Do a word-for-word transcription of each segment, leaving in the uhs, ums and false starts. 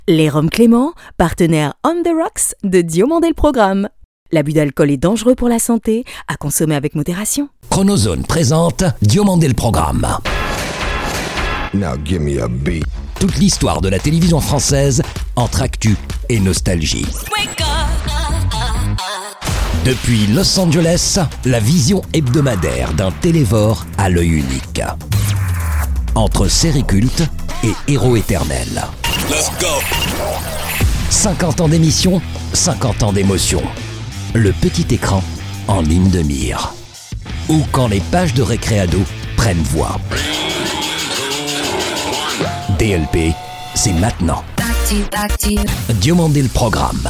Les Roms Clément, partenaire On The Rocks de Diomandé le Programme. L'abus d'alcool est dangereux pour la santé, à consommer avec modération. Chronozone présente Diomandé le Programme. Now give me a beat. Toute l'histoire de la télévision française entre actu et nostalgie. Depuis Los Angeles, la vision hebdomadaire d'un télévore à l'œil unique. Entre séries cultes et héros éternels. Let's go. cinquante ans d'émission, cinquante ans d'émotion. Le petit écran en ligne de mire. Ou quand les pages de Récréado prennent voix. D L P, c'est maintenant. Diomandé le Programme.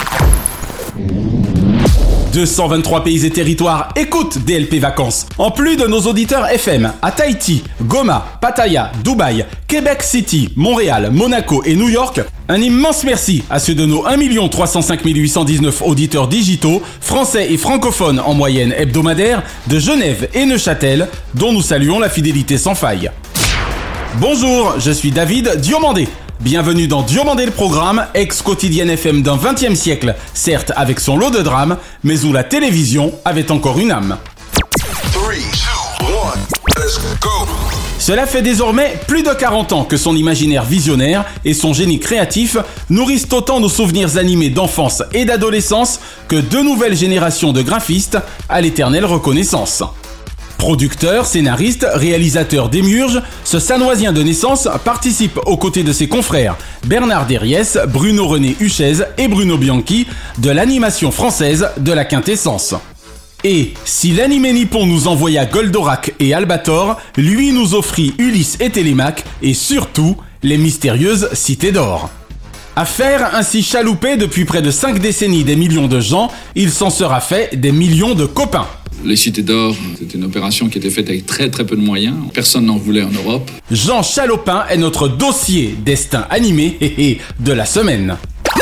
deux cent vingt-trois pays et territoires écoutent D L P Vacances. En plus de nos auditeurs F M à Tahiti, Goma, Pattaya, Dubaï, Québec City, Montréal, Monaco et New York, un immense merci à ceux de nos un million trois cent cinq mille huit cent dix-neuf auditeurs digitaux, français et francophones en moyenne hebdomadaire, de Genève et Neuchâtel, dont nous saluons la fidélité sans faille. Bonjour, je suis David Diomandé. Bienvenue dans Diomandé le Programme, ex-quotidienne F M d'un vingtième siècle, certes avec son lot de drames, mais où la télévision avait encore une âme. trois, deux, un, let's go. Cela fait désormais plus de quarante ans que son imaginaire visionnaire et son génie créatif nourrissent autant nos souvenirs animés d'enfance et d'adolescence que deux nouvelles générations de graphistes à l'éternelle reconnaissance. Producteur, scénariste, réalisateur démiurge, ce Sanoisien de naissance participe aux côtés de ses confrères Bernard Derriès, Bruno René Huchez et Bruno Bianchi de l'animation française de la quintessence. Et si l'animé nippon nous envoya Goldorak et Albator, lui nous offrit Ulysse et Télémaque et surtout les mystérieuses cités d'or. À faire ainsi chalouper depuis près de cinq décennies des millions de gens, il s'en sera fait des millions de copains. Les Cités d'Or, c'était une opération qui était faite avec très très peu de moyens. Personne n'en voulait en Europe. Jean Chalopin est notre dossier destin animé de la semaine.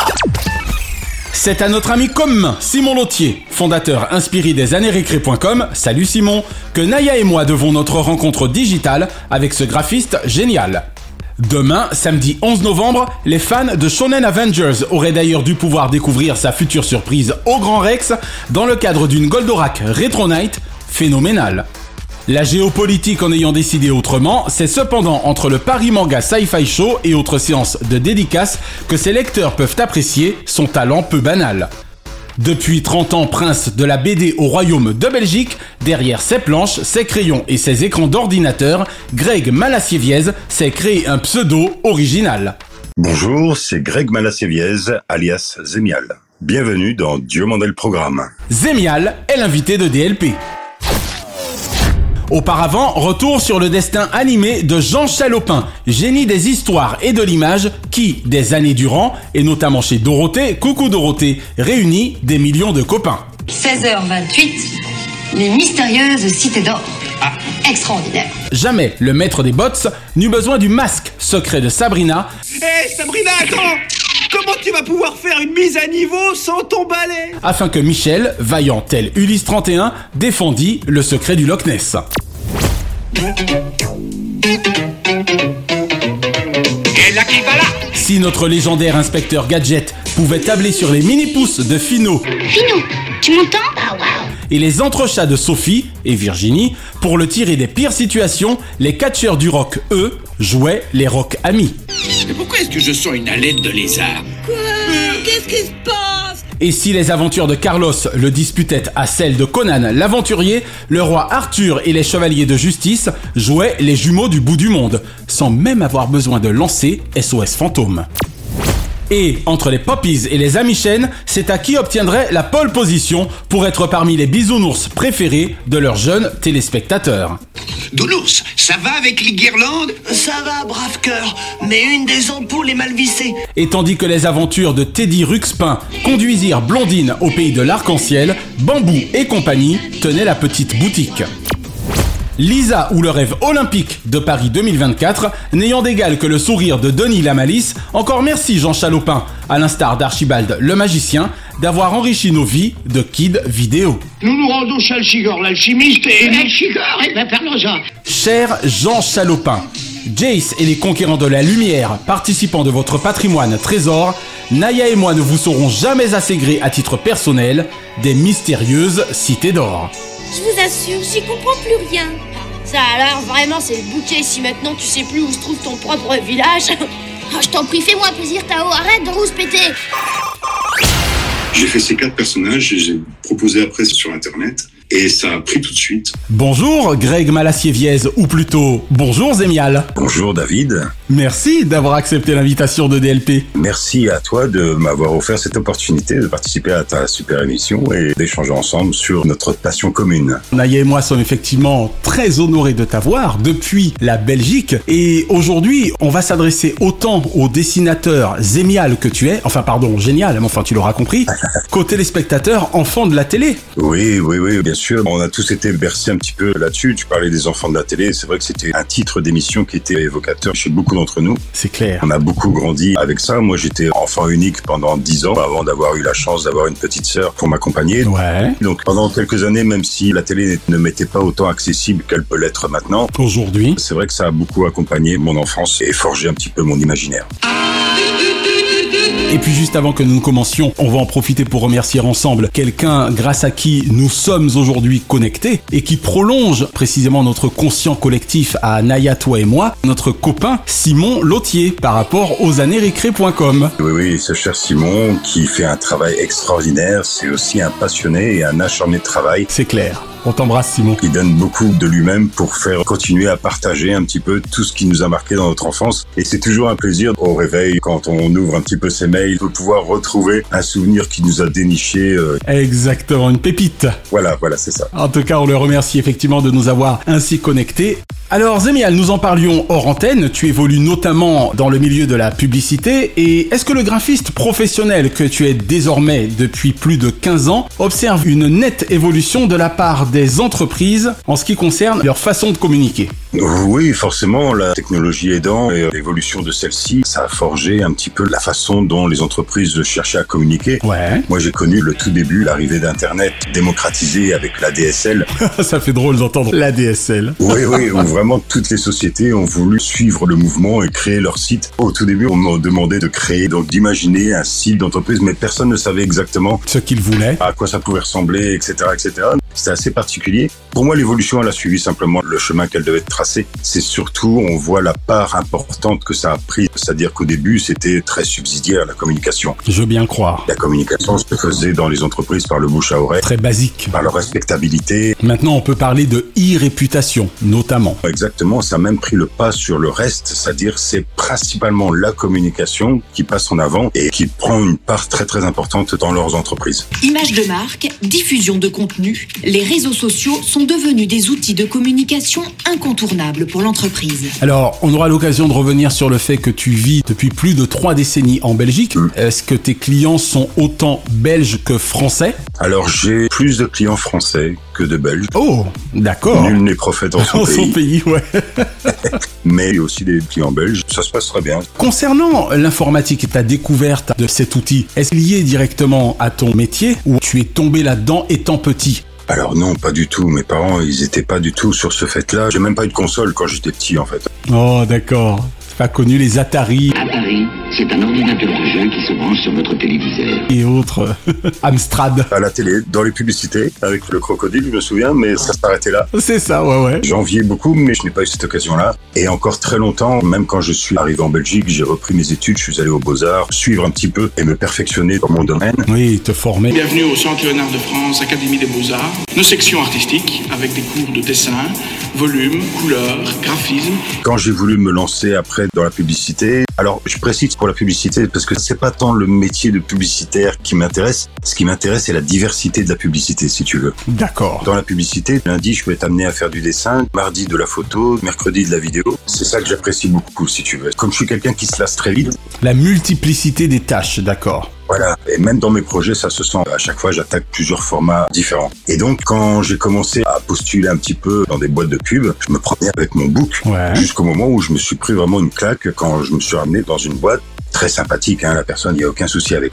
C'est à notre ami commun, Simon Lautier, fondateur inspiré des années récré point com, salut Simon, que Naya et moi devons notre rencontre digitale avec ce graphiste génial. Demain, samedi onze novembre, les fans de Shonen Avengers auraient d'ailleurs dû pouvoir découvrir sa future surprise au Grand Rex dans le cadre d'une Goldorak Retro Night phénoménale. La géopolitique en ayant décidé autrement, c'est cependant entre le Paris Manga Sci-Fi Show et autres séances de dédicaces que ses lecteurs peuvent apprécier son talent peu banal. Depuis trente ans prince de la B D au royaume de Belgique, derrière ses planches, ses crayons et ses écrans d'ordinateur, Greg Malassieviez s'est créé un pseudo original. Bonjour, c'est Greg Malassieviez, alias Zemial. Bienvenue dans Diomandé le Programme. Zemial est l'invité de D L P. Auparavant, retour sur le destin animé de Jean Chalopin, génie des histoires et de l'image qui, des années durant, et notamment chez Dorothée, Coucou Dorothée, réunit des millions de copains. seize heures vingt-huit, les mystérieuses cités d'or. Ah, extraordinaire. Jamais le maître des bots n'eut besoin du masque secret de Sabrina. Hé hey, Sabrina, attends! Comment tu vas pouvoir faire une mise à niveau sans ton balai? Afin que Michel, vaillant tel Ulysse trente et un, défendit le secret du Loch Ness. Et là qui va là? Si notre légendaire inspecteur Gadget pouvait tabler sur les mini-pouces de Fino, Fino, tu m'entends? et les entrechats de Sophie et Virginie, pour le tirer des pires situations, les catcheurs du rock, eux, jouaient les rock amis. Mais pourquoi est-ce que je sens une haleine de lézard? Quoi? Qu'est-ce qui se passe? Et si les aventures de Carlos le disputaient à celles de Conan l'aventurier, le roi Arthur et les chevaliers de justice jouaient les jumeaux du bout du monde, sans même avoir besoin de lancer S O S fantôme. Et entre les Poppies et les Amichen, c'est à qui obtiendrait la pole position pour être parmi les bisounours préférés de leurs jeunes téléspectateurs. Doulours, ça va avec les guirlandes? Ça va, brave cœur, mais une des ampoules est mal vissée. Et tandis que les aventures de Teddy Ruxpin conduisirent Blondine au pays de l'arc-en-ciel, Bambou et compagnie tenaient la petite boutique. Lisa ou le rêve olympique de Paris deux mille vingt-quatre, n'ayant d'égal que le sourire de Denis Lamalisse, encore merci Jean Chalopin, à l'instar d'Archibald le magicien, d'avoir enrichi nos vies de Kid Vidéo. Nous nous rendons chez Alchigor, l'alchimiste et... Alchigor, eh ben parlons-en. Cher Jean Chalopin, Jace et les Conquérants de la Lumière, participants de votre patrimoine trésor, Naya et moi ne vous saurons jamais assez gré à titre personnel des mystérieuses cités d'or. Je vous assure, j'y comprends plus rien. Ça alors, vraiment, c'est le bouquet si maintenant tu sais plus où se trouve ton propre village. Oh, je t'en prie, fais-moi plaisir, Tao, arrête de rouspéter. J'ai fait ces quatre personnages et j'ai proposé après sur Internet. Et ça a pris tout de suite. Bonjour Greg Malassier-Viez, ou plutôt bonjour Zemial. Bonjour David. Merci d'avoir accepté l'invitation de D L P. Merci à toi de m'avoir offert cette opportunité de participer à ta super émission et d'échanger ensemble sur notre passion commune. Naya et moi sommes effectivement très honorés de t'avoir depuis la Belgique. Et aujourd'hui, on va s'adresser autant au dessinateur Zemial que tu es, enfin pardon, génial, mais enfin tu l'auras compris, qu'aux téléspectateurs enfants de la télé. Oui, oui, oui, bien sûr. On a tous été bercés un petit peu là-dessus. Tu parlais des enfants de la télé. C'est vrai que c'était un titre d'émission qui était évocateur chez beaucoup d'entre nous. C'est clair. On a beaucoup grandi avec ça. Moi, j'étais enfant unique pendant dix ans avant d'avoir eu la chance d'avoir une petite sœur pour m'accompagner. Ouais. Donc, pendant quelques années, même si la télé ne m'était pas autant accessible qu'elle peut l'être maintenant, aujourd'hui, c'est vrai que ça a beaucoup accompagné mon enfance et forgé un petit peu mon imaginaire. Et puis juste avant que nous ne commencions, on va en profiter pour remercier ensemble quelqu'un grâce à qui nous sommes aujourd'hui connectés et qui prolonge précisément notre conscient collectif à Naya, toi et moi, notre copain Simon Lautier par rapport aux années récré point com. Oui, oui, ce cher Simon qui fait un travail extraordinaire, c'est aussi un passionné et un acharné de travail. C'est clair. On t'embrasse Simon. Il donne beaucoup de lui-même pour faire continuer à partager un petit peu tout ce qui nous a marqué dans notre enfance. Et c'est toujours un plaisir au réveil, quand on ouvre un petit peu ses mails, de pouvoir retrouver un souvenir qui nous a déniché. Euh... Exactement, une pépite. Voilà, voilà, c'est ça. En tout cas, on le remercie effectivement de nous avoir ainsi connectés. Alors Zemial, nous en parlions hors antenne, tu évolues notamment dans le milieu de la publicité et est-ce que le graphiste professionnel que tu es désormais depuis plus de quinze ans observe une nette évolution de la part des entreprises en ce qui concerne leur façon de communiquer? Oui, forcément, la technologie aidant et l'évolution de celle-ci, ça a forgé un petit peu la façon dont les entreprises cherchaient à communiquer. Ouais. Moi, j'ai connu le tout début, l'arrivée d'Internet démocratisé avec l'A D S L. Ça fait drôle d'entendre l'A D S L. Oui, oui, où vraiment toutes les sociétés ont voulu suivre le mouvement et créer leur site. Au tout début, on m'a demandé de créer, donc d'imaginer un site d'entreprise, mais personne ne savait exactement ce qu'ils voulaient, à quoi ça pouvait ressembler, et cetera, et cetera. C'était assez particulier. Pour moi, l'évolution, elle a suivi simplement le chemin qu'elle devait tracer. C'est surtout, on voit la part importante que ça a pris. C'est-à-dire qu'au début, c'était très subsidiaire, la communication. Je veux bien croire. La communication se faisait dans les entreprises par le bouche à oreille. Très basique. Par leur respectabilité. Maintenant, on peut parler de e-réputation, notamment. Exactement, ça a même pris le pas sur le reste. C'est-à-dire, c'est principalement la communication qui passe en avant et qui prend une part très très importante dans leurs entreprises. Image de marque, diffusion de contenu, les réseaux sociaux sont devenus des outils de communication incontournables pour l'entreprise. Alors, on aura l'occasion de revenir sur le fait que tu vis depuis plus de trois décennies en Belgique. Mmh. Est-ce que tes clients sont autant belges que français? Alors, j'ai plus de clients français que de belges. Oh, d'accord. Nul n'est prophète en son en pays. son pays, ouais. Mais il y a aussi des clients belges. Ça se passe très bien. Concernant l'informatique et ta découverte de cet outil, est-ce lié directement à ton métier ou tu es tombé là-dedans étant petit? Alors non, pas du tout. Mes parents, ils étaient pas du tout sur ce fait-là. J'ai même pas eu de console quand j'étais petit, en fait. Oh, d'accord. Tu n'as pas connu les Atari. Atari, c'est un ordinateur de jeu qui se branche sur votre téléviseur. Et autres. Amstrad. À la télé, dans les publicités, avec le crocodile, je me souviens, mais ça s'arrêtait là. C'est ça, ouais, ouais. J'enviais beaucoup, mais je n'ai pas eu cette occasion-là. Et encore très longtemps, même quand je suis arrivé en Belgique, j'ai repris mes études, je suis allé aux Beaux-Arts, suivre un petit peu et me perfectionner dans mon domaine. Oui, te former. Bienvenue au Centre Léonard de France, Académie des Beaux-Arts. Nos sections artistiques, avec des cours de dessin, volume, couleur, graphisme. Quand j'ai voulu me lancer après dans la publicité, alors je précise pour la publicité parce que c'est pas tant le métier de publicitaire qui m'intéresse. Ce qui m'intéresse, c'est la diversité de la publicité, si tu veux. D'accord. Dans la publicité, lundi, je peux être amené à faire du dessin, mardi de la photo, mercredi de la vidéo. C'est ça que j'apprécie beaucoup, si tu veux. Comme je suis quelqu'un qui se lasse très vite. La multiplicité des tâches, d'accord. Voilà, et même dans mes projets, ça se sent. À chaque fois, j'attaque plusieurs formats différents. Et donc, quand j'ai commencé à postuler un petit peu dans des boîtes de pub, je me prenais avec mon book, ouais. Jusqu'au moment où je me suis pris vraiment une claque quand je me suis ramené dans une boîte. Très sympathique, hein, la personne, il n'y a aucun souci avec ça.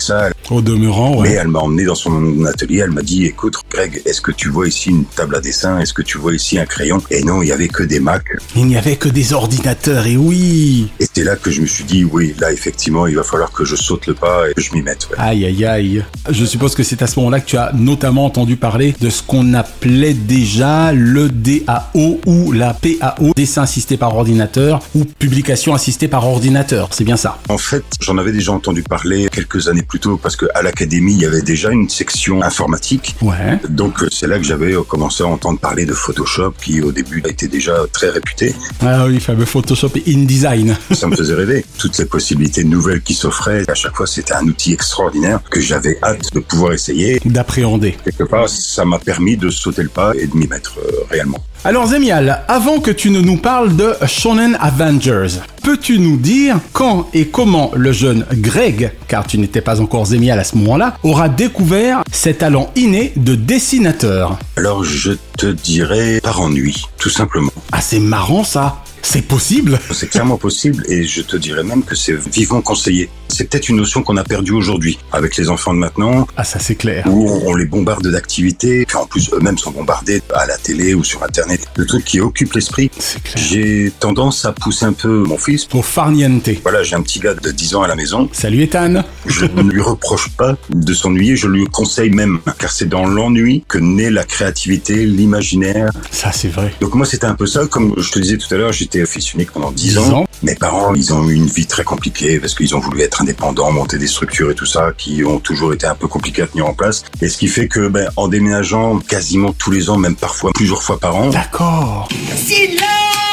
Au demeurant, ouais. Mais elle m'a emmené dans son atelier, elle m'a dit, écoute, Greg, est-ce que tu vois ici une table à dessin? Est-ce que tu vois ici un crayon? Et non, il y avait que des Mac. Il n'y avait que des ordinateurs, et oui. Et c'est là que je me suis dit, oui, là, effectivement, il va falloir que je saute le pas et que je m'y mette. Ouais. Aïe, aïe, aïe. Je suppose que c'est à ce moment-là que tu as notamment entendu parler de ce qu'on appelait déjà le D A O ou la P A O, dessin assisté par ordinateur ou publication assistée par ordinateur. C'est bien ça? En fait, j'en avais déjà entendu parler quelques années plus tôt parce qu'à l'académie, il y avait déjà une section informatique. Ouais. Donc, c'est là que j'avais commencé à entendre parler de Photoshop qui, au début, a été déjà très réputé. Ah oui, fameux Photoshop et InDesign. Ça me faisait rêver. Toutes les possibilités nouvelles qui s'offraient, à chaque fois, c'était un outil extraordinaire que j'avais hâte de pouvoir essayer. D'appréhender. Quelque part, ça m'a permis de sauter le pas et de m'y mettre euh, réellement. Alors Zemial, avant que tu ne nous parles de Shonen Avengers, peux-tu nous dire quand et comment le jeune Greg, car tu n'étais pas encore Zemial à ce moment-là, aura découvert ses talents innés de dessinateur? Alors je te dirais par ennui, tout simplement. Ah, c'est marrant ça. C'est possible? C'est clairement possible et je te dirais même que c'est vivement conseillé. C'est peut-être une notion qu'on a perdue aujourd'hui avec les enfants de maintenant. Ah, ça c'est clair. Où on les bombarde d'activités, puis en plus eux-mêmes sont bombardés à la télé ou sur Internet. Le truc qui occupe l'esprit. C'est clair. J'ai tendance à pousser un peu mon fils. Au farniente. Voilà, j'ai un petit gars de dix ans à la maison. Salut Ethan. Je ne lui reproche pas de s'ennuyer, je lui conseille même. Car c'est dans l'ennui que naît la créativité, l'imaginaire. Ça c'est vrai. Donc moi c'était un peu ça, comme je te disais tout à l'heure, j'étais fils unique pendant dix ans. Mes parents, ils ont eu une vie très compliquée parce qu'ils ont voulu être indépendants, monter des structures et tout ça, qui ont toujours été un peu compliquées à tenir en place. Et ce qui fait que, ben, en déménageant quasiment tous les ans, même parfois plusieurs fois par an. D'accord. Silence!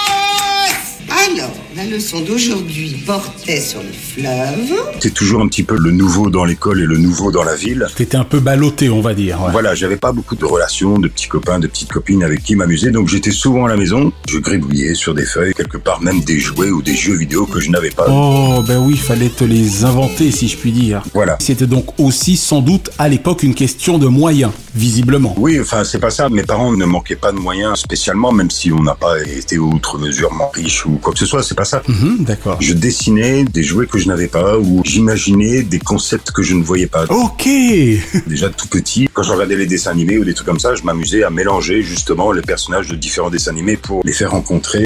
Alors, la leçon d'aujourd'hui portait sur le fleuve. C'est toujours un petit peu le nouveau dans l'école et le nouveau dans la ville. T'étais un peu ballotté, on va dire. Ouais. Voilà, j'avais pas beaucoup de relations, de petits copains, de petites copines avec qui m'amuser, donc j'étais souvent à la maison. Je gribouillais sur des feuilles, quelque part même des jouets ou des jeux vidéo que je n'avais pas. Oh, ben oui, fallait te les inventer, si je puis dire. Voilà. C'était donc aussi sans doute à l'époque une question de moyens, visiblement. Oui, enfin c'est pas ça. Mes parents ne manquaient pas de moyens spécialement, même si on n'a pas été outre mesurement riche ou quoi que ce soit, c'est pas ça. Mmh, d'accord. Je dessinais des jouets que je n'avais pas ou j'imaginais des concepts que je ne voyais pas. Ok. Déjà tout petit, quand je regardais les dessins animés ou des trucs comme ça, je m'amusais à mélanger justement les personnages de différents dessins animés pour les faire rencontrer.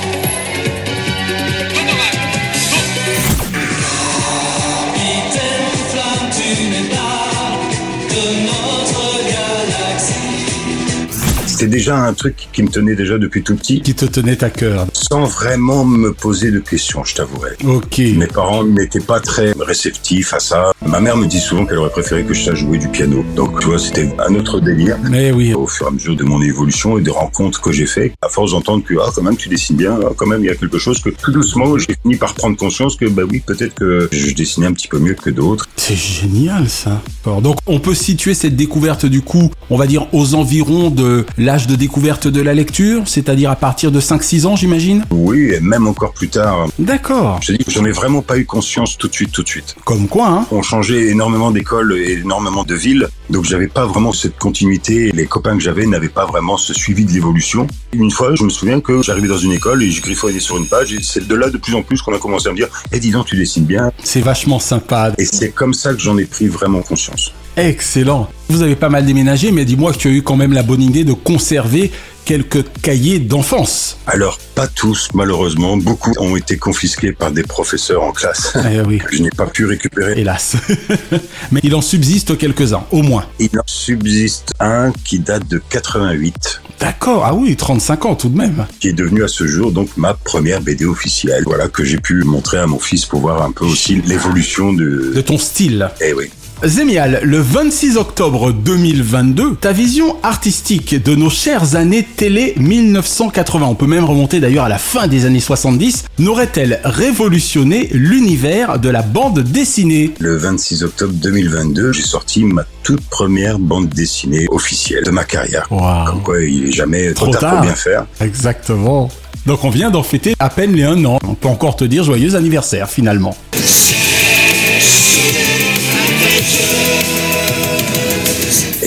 C'était déjà un truc qui me tenait déjà depuis tout petit. Qui te tenait à cœur. Sans vraiment me poser de questions, je t'avouerai. Ok. Mes parents n'étaient pas très réceptifs à ça. Ma mère me dit souvent qu'elle aurait préféré que je sache jouer du piano. Donc, tu vois, c'était un autre délire. Mais oui. Au fur et à mesure de mon évolution et des rencontres que j'ai fait, à force d'entendre que, ah, quand même, tu dessines bien, ah, quand même, il y a quelque chose que, tout doucement, j'ai fini par prendre conscience que, bah oui, peut-être que je dessinais un petit peu mieux que d'autres. C'est génial, ça. Donc, on peut situer cette découverte, du coup, on va dire, aux environs de l'âge de découverte de la lecture, c'est-à-dire à partir de cinq six ans, j'imagine? Oui, et même encore plus tard. D'accord. Je te dis que j'en ai vraiment pas eu conscience tout de suite, tout de suite. Comme quoi, hein? On changeait énormément d'écoles et énormément de villes, donc j'avais pas vraiment cette continuité. Les copains que j'avais n'avaient pas vraiment ce suivi de l'évolution. Une fois, je me souviens que j'arrivais dans une école et je griffonnais sur une page et c'est de là de plus en plus qu'on a commencé à me dire « Eh, dis donc, tu dessines bien ». C'est vachement sympa. Et c'est comme ça que j'en ai pris vraiment conscience. Excellent. Vous avez pas mal déménagé, mais dis-moi que tu as eu quand même la bonne idée de conserver quelques cahiers d'enfance. Alors, pas tous, malheureusement. Beaucoup ont été confisqués par des professeurs en classe. Eh oui. Je n'ai pas pu récupérer. Hélas. Mais il en subsiste quelques-uns, au moins. Il en subsiste un qui date de quatre-vingt-huit. D'accord, ah oui, trente-cinq ans tout de même. Qui est devenu à ce jour donc ma première B D officielle. Voilà, que j'ai pu montrer à mon fils pour voir un peu aussi l'évolution de... De ton style. Eh oui. Zemial, le vingt-six octobre deux mille vingt-deux, ta vision artistique de nos chères années télé mille neuf cent quatre-vingts, on peut même remonter d'ailleurs à la fin des années soixante-dix, n'aurait-elle révolutionné l'univers de la bande dessinée? Le vingt-six octobre deux mille vingt-deux, j'ai sorti ma toute première bande dessinée officielle de ma carrière. Wow. Comme quoi il est jamais trop, trop tard, tard pour bien faire. Exactement. Donc on vient d'en fêter à peine les un an. On peut encore te dire joyeux anniversaire finalement. Eh bien,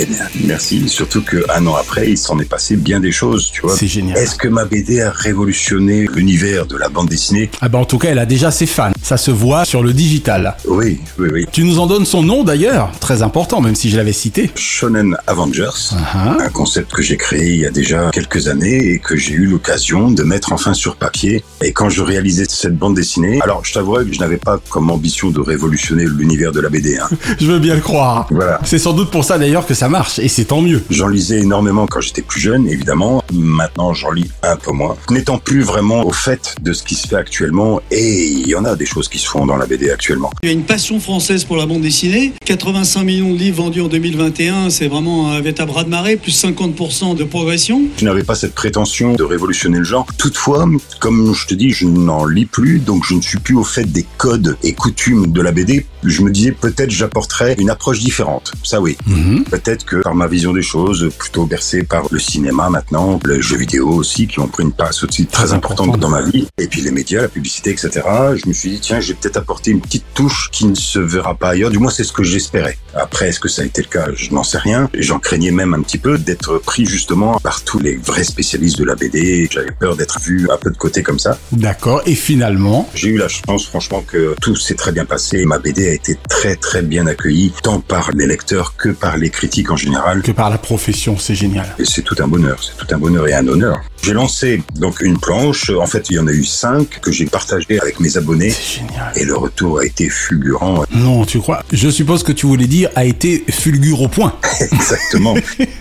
Merci. Surtout qu'un an après, il s'en est passé bien des choses, tu vois. C'est génial. Est-ce que ma B D a révolutionné l'univers de la bande dessinée? Ah bah en tout cas, elle a déjà ses fans. Ça se voit sur le digital. Oui, oui, oui. Tu nous en donnes son nom d'ailleurs, très important, même si je l'avais cité. Shonen Avengers, uh-huh. Un concept que j'ai créé il y a déjà quelques années et que j'ai eu l'occasion de mettre enfin sur papier. Et quand je réalisais cette bande dessinée, alors je t'avouerais que je n'avais pas comme ambition de révolutionner l'univers de la B D. Hein. Je veux bien le croire. Voilà. C'est sans doute pour ça d'ailleurs que ça marche, et c'est tant mieux. J'en lisais énormément quand j'étais plus jeune, évidemment. Maintenant, j'en lis un peu moins. N'étant plus vraiment au fait de ce qui se fait actuellement, et il y en a des choses qui se font dans la B D actuellement. Il y a une passion française pour la bande dessinée. quatre-vingt-cinq millions de livres vendus en deux mille vingt et un, c'est vraiment un véritable raz-de-marée, plus cinquante pour cent de progression. Je n'avais pas cette prétention de révolutionner le genre. Toutefois, comme je te dis, je n'en lis plus, donc je ne suis plus au fait des codes et coutumes de la B D. Je me disais peut-être j'apporterais une approche différente. Ça oui. Mm-hmm. Peut-être que par ma vision des choses, plutôt bercée par le cinéma maintenant, le jeu vidéo aussi, qui ont pris une place aussi très, très importante important. dans ma vie, et puis les médias, la publicité, et cetera. Je me suis dit, tiens, j'ai peut-être apporté une petite touche qui ne se verra pas ailleurs. Du moins, c'est ce que j'espérais. Après, est-ce que ça a été le cas? Je n'en sais rien. J'en craignais même un petit peu d'être pris justement par tous les vrais spécialistes de la B D. J'avais peur d'être vu un peu de côté comme ça. D'accord. Et finalement, j'ai eu la chance, franchement, que tout s'est très bien passé. Ma B D a été très, très bien accueillie, tant par les lecteurs que par les critiques en général. Que par la profession, c'est génial. Et c'est tout un bonheur. C'est tout un bonheur et un honneur. J'ai lancé donc une planche. En fait, il y en a eu cinq que j'ai partagées avec mes abonnés. C'est génial. Et le retour a été fulgurant. Non, tu crois? Je suppose que tu voulais dire a été fulgure au point. Exactement.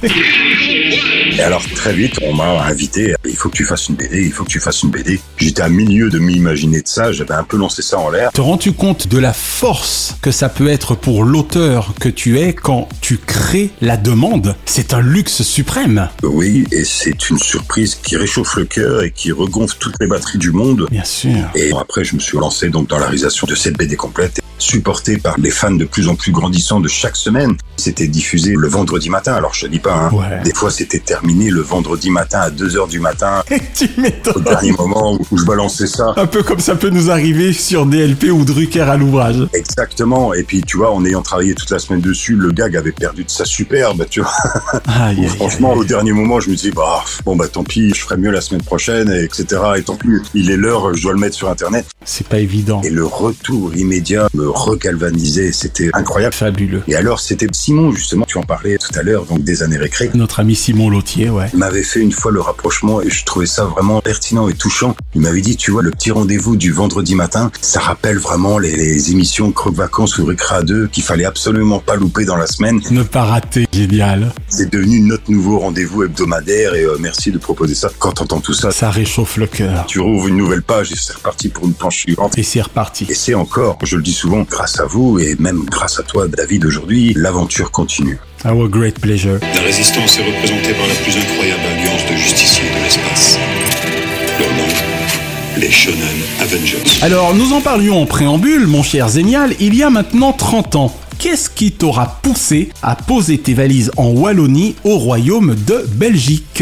Et alors très vite, on m'a invité. Il faut que tu fasses une B D. Il faut que tu fasses une B D. J'étais à milieu de m'imaginer de ça. J'avais un peu lancé ça en l'air. Te rends-tu compte de la force que ça peut être pour l'auteur que tu es quand tu crées la demande? C'est un luxe suprême. Oui, et c'est une surprise qui réchauffe le cœur et qui regonfle toutes les batteries du monde. Bien sûr. Et après, je me suis lancé donc dans la réalisation de cette B D complète, supportée par les fans de plus en plus grandissants de chaque semaine. C'était diffusé le vendredi matin. Alors je te dis pas, hein, ouais. Des fois c'était terminé le vendredi matin à deux heures du matin. Tu m'étonnes. Au dernier moment où je balançais ça. Un peu comme ça peut nous arriver sur D L P ou Drucker à l'ouvrage. Exactement. Et puis tu vois, en ayant travaillé toute la semaine dessus, le gag avait perdu de sa superbe, tu vois. Aïe, aïe, franchement, aïe. Au dernier moment, je me dis, bah bon bah tant pis, je ferai mieux la semaine prochaine, et etc. Et tant pis, il est l'heure, je dois le mettre sur Internet. C'est pas évident. Et le retour immédiat me regalvanisait, c'était incroyable. Fabuleux. Et alors, c'était Simon, justement, tu en parlais tout à l'heure, donc des années récré. Notre ami Simon Lautier, ouais. Il m'avait fait une fois le rapprochement et je trouvais ça vraiment pertinent et touchant. Il m'avait dit, tu vois, le petit rendez-vous du vendredi matin, ça rappelle vraiment les, les émissions Croque Vacances ou Récréa deux qu'il fallait absolument pas louper dans la semaine. Ne pas rater, génial. C'est devenu notre nouveau rendez-vous hebdomadaire et euh, merci de proposer ça. Quand t'entends tout ça, ça réchauffe le cœur. Tu rouvres une nouvelle page et c'est reparti pour une planche suivante. Et c'est reparti. Et c'est encore, je le dis souvent, grâce à vous et même grâce à toi, David, aujourd'hui, l'aventure continue. Our great pleasure. La résistance est représentée par la plus incroyable alliance de justiciers de l'espace. Leur nom, les Shonen Avengers. Alors, nous en parlions en préambule, mon cher Zénial, il y a maintenant trente ans. Qu'est-ce qui t'aura poussé à poser tes valises en Wallonie au royaume de Belgique?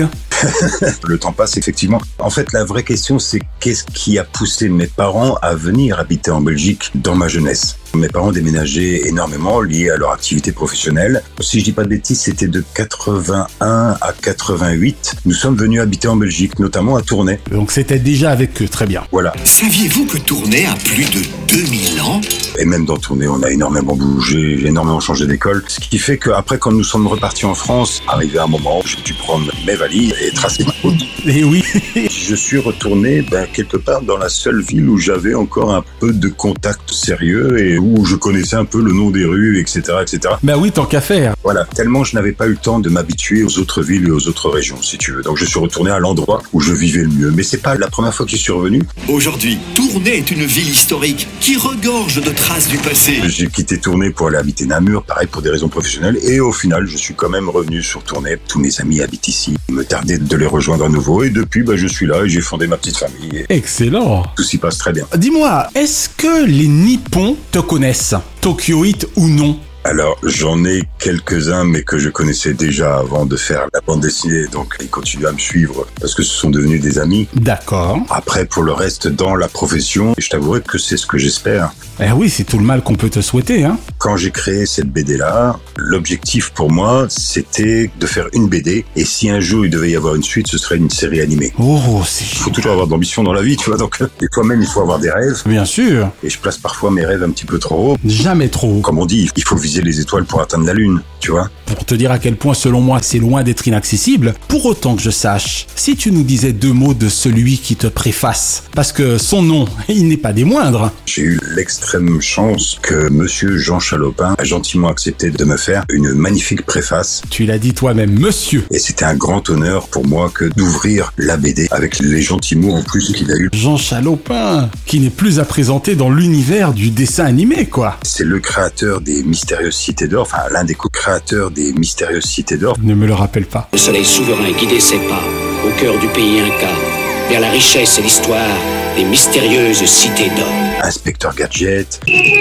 Le temps passe, effectivement. En fait, la vraie question, c'est qu'est-ce qui a poussé mes parents à venir habiter en Belgique dans ma jeunesse? Mes parents déménageaient énormément liés à leur activité professionnelle. Si je dis pas de bêtises, c'était de quatre-vingt-un à quatre-vingt-huit. Nous sommes venus habiter en Belgique, notamment à Tournai. Donc c'était déjà avec eux, très bien. Voilà. Saviez-vous que Tournai a plus de deux mille ans? Et même dans Tournai, on a énormément bougé, j'ai énormément changé d'école. Ce qui fait qu'après, quand nous sommes repartis en France, arrivé à un moment où j'ai dû prendre mes valises et tracer ma route. Et oui. Je suis retourné ben, quelque part dans la seule ville où j'avais encore un peu de contact sérieux et où je connaissais un peu le nom des rues, et cetera, et cetera. Bah oui, tant qu'à faire. Voilà, tellement je n'avais pas eu le temps de m'habituer aux autres villes et aux autres régions, si tu veux. Donc je suis retourné à l'endroit où je vivais le mieux. Mais c'est pas la première fois que j'y suis revenu. Aujourd'hui, Tournai est une ville historique qui regorge de traces du passé. J'ai quitté Tournai pour aller habiter Namur, pareil pour des raisons professionnelles. Et au final, je suis quand même revenu sur Tournai. Tous mes amis habitent ici. Il me tardait de les rejoindre à nouveau. Et depuis, bah, je suis là et j'ai fondé ma petite famille. Et excellent. Tout s'y passe très bien. Dis-moi, est-ce que les Nippons te connaissent, Tokyoïtes ou non? Alors, j'en ai quelques-uns, mais que je connaissais déjà avant de faire la bande dessinée, donc ils continuent à me suivre parce que ce sont devenus des amis. D'accord. Après, pour le reste, dans la profession, je t'avouerai que c'est ce que j'espère. Eh oui, c'est tout le mal qu'on peut te souhaiter, hein. Quand j'ai créé cette B D-là, l'objectif pour moi, c'était de faire une B D, et si un jour il devait y avoir une suite, ce serait une série animée. Oh, c'est... Il faut toujours avoir d'ambition dans la vie, tu vois, donc et toi-même, il faut avoir des rêves. Bien sûr. Et je place parfois mes rêves un petit peu trop haut. Jamais trop haut. Comme on dit, il faut viser les étoiles pour atteindre la lune, tu vois. Pour te dire à quel point, selon moi, c'est loin d'être inaccessible, pour autant que je sache, si tu nous disais deux mots de celui qui te préface, parce que son nom, il n'est pas des moindres. J'ai eu l'extrême chance que monsieur Jean Chalopin a gentiment accepté de me faire une magnifique préface. Tu l'as dit toi-même, monsieur. Et c'était un grand honneur pour moi que d'ouvrir la B D avec les gentils mots en plus qu'il a eu. Jean Chalopin, qui n'est plus à présenter dans l'univers du dessin animé, quoi. C'est le créateur des Mystérieuses Cités d'Or, enfin l'un des co-créateurs des Mystérieuses Cités d'Or. Ne me le rappelle pas. Le soleil souverain guidait ses pas au cœur du pays Inca, vers la richesse et l'histoire des mystérieuses cités d'or. Inspecteur Gadget.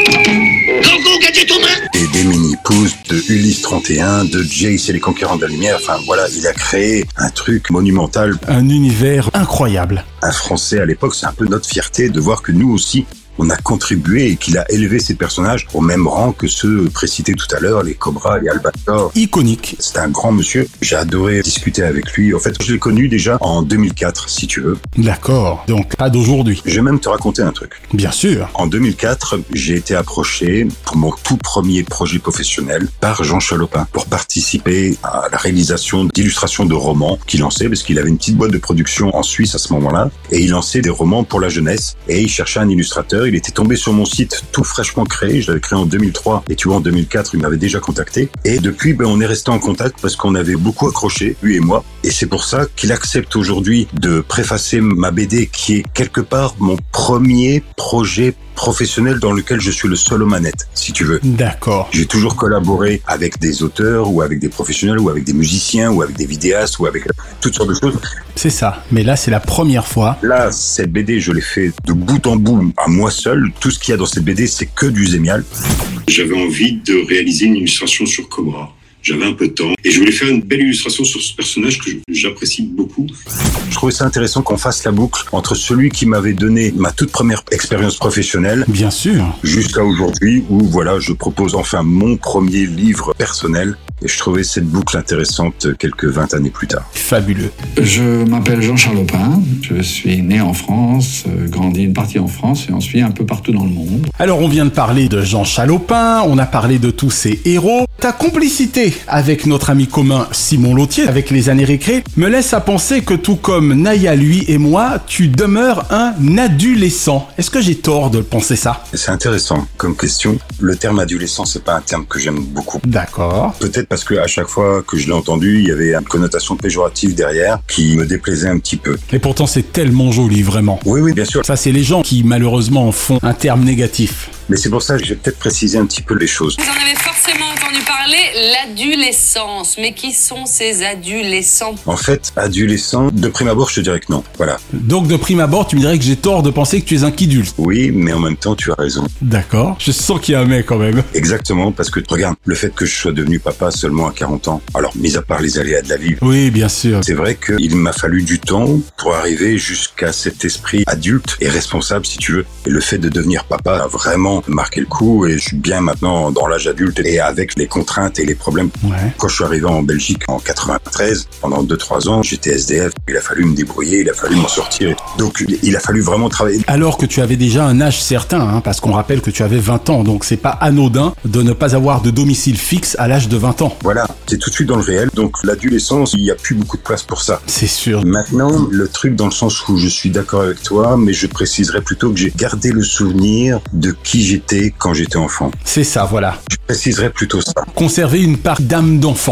Gorgo Gadget aux mains. Et des mini-pousses de Ulysse trente et un, de Jace et les Conquérants de la Lumière. Enfin voilà, il a créé un truc monumental. Un univers incroyable. Un Français à l'époque, c'est un peu notre fierté de voir que nous aussi, on a contribué et qu'il a élevé ces personnages au même rang que ceux précités tout à l'heure, les Cobras, les Albator. Iconique. C'était un grand monsieur. J'ai adoré discuter avec lui. En fait, je l'ai connu déjà en deux mille quatre, si tu veux. D'accord. Donc, pas d'aujourd'hui. Je vais même te raconter un truc. Bien sûr. En deux mille quatre, j'ai été approché pour mon tout premier projet professionnel par Jean Chalopin pour participer à la réalisation d'illustrations de romans qu'il lançait parce qu'il avait une petite boîte de production en Suisse à ce moment-là et il lançait des romans pour la jeunesse et il cherchait un illustrateur. Il était tombé sur mon site tout fraîchement créé. Je l'avais créé en deux mille trois. Et tu vois, en deux mille quatre, il m'avait déjà contacté. Et depuis, ben, on est resté en contact parce qu'on avait beaucoup accroché, lui et moi. Et c'est pour ça qu'il accepte aujourd'hui de préfacer ma B D qui est quelque part mon premier projet professionnel dans lequel je suis le seul aux manettes, si tu veux. D'accord. J'ai toujours collaboré avec des auteurs ou avec des professionnels ou avec des musiciens ou avec des vidéastes ou avec toutes sortes de choses. C'est ça. Mais là, c'est la première fois. Là, cette B D, je l'ai fait de bout en bout à moi seul. Tout ce qu'il y a dans cette B D, c'est que du Zémial. J'avais envie de réaliser une illustration sur Cobra. J'avais un peu de temps et je voulais faire une belle illustration sur ce personnage que j'apprécie beaucoup. Je trouvais ça intéressant qu'on fasse la boucle entre celui qui m'avait donné ma toute première expérience professionnelle, bien sûr, jusqu'à aujourd'hui où voilà, je propose enfin mon premier livre personnel. Et je trouvais cette boucle intéressante quelques vingt années plus tard. Fabuleux. Je m'appelle Jean Chalopin, je suis né en France, grandi une partie en France et ensuite un peu partout dans le monde. Alors on vient de parler de Jean Chalopin, on a parlé de tous ces héros. Ta complicité avec notre ami commun Simon Lautier, avec les années récré, me laisse à penser que tout comme Naya, lui et moi, tu demeures un adolescent. Est-ce que j'ai tort de penser ça? C'est intéressant comme question. Le terme adolescent, c'est pas un terme que j'aime beaucoup. D'accord. Peut-être parce que à chaque fois que je l'ai entendu, il y avait une connotation péjorative derrière qui me déplaisait un petit peu. Et pourtant, c'est tellement joli, vraiment. Oui, oui, bien sûr. Ça, c'est les gens qui, malheureusement, en font un terme négatif. Mais c'est pour ça que je vais peut-être préciser un petit peu les choses. Vous en avez forcément entendu parler, l'adolescence. Mais qui sont ces adolescents? En fait, adolescent, de prime abord, je te dirais que non. Voilà. Donc, de prime abord, tu me dirais que j'ai tort de penser que tu es un kidulte. Oui, mais en même temps, tu as raison. D'accord. Je sens qu'il y a un mais quand même. Exactement, parce que regarde, le fait que je sois devenu papa seulement à quarante ans, alors mis à part les aléas de la vie. Oui, bien sûr. C'est vrai qu'il m'a fallu du temps pour arriver jusqu'à cet esprit adulte et responsable, si tu veux. Et le fait de devenir papa a vraiment marqué le coup et je suis bien maintenant dans l'âge adulte et avec les contraintes et les problèmes. Ouais. Quand je suis arrivé en Belgique en quatre-vingt-treize, pendant deux trois ans, j'étais S D F. Il a fallu me débrouiller, il a fallu m'en sortir. Donc, il a fallu vraiment travailler. Alors que tu avais déjà un âge certain, hein, parce qu'on rappelle que tu avais vingt ans, donc c'est pas anodin de ne pas avoir de domicile fixe à l'âge de vingt ans. Voilà, c'est tout de suite dans le réel. Donc, l'adolescence, il n'y a plus beaucoup de place pour ça. C'est sûr. Maintenant, le truc dans le sens où je suis d'accord avec toi, mais je préciserai plutôt que j'ai gardé le souvenir de qui j'étais quand j'étais enfant. C'est ça, voilà. Je préciserai plutôt ça. Conserver une part d'âme d'enfant.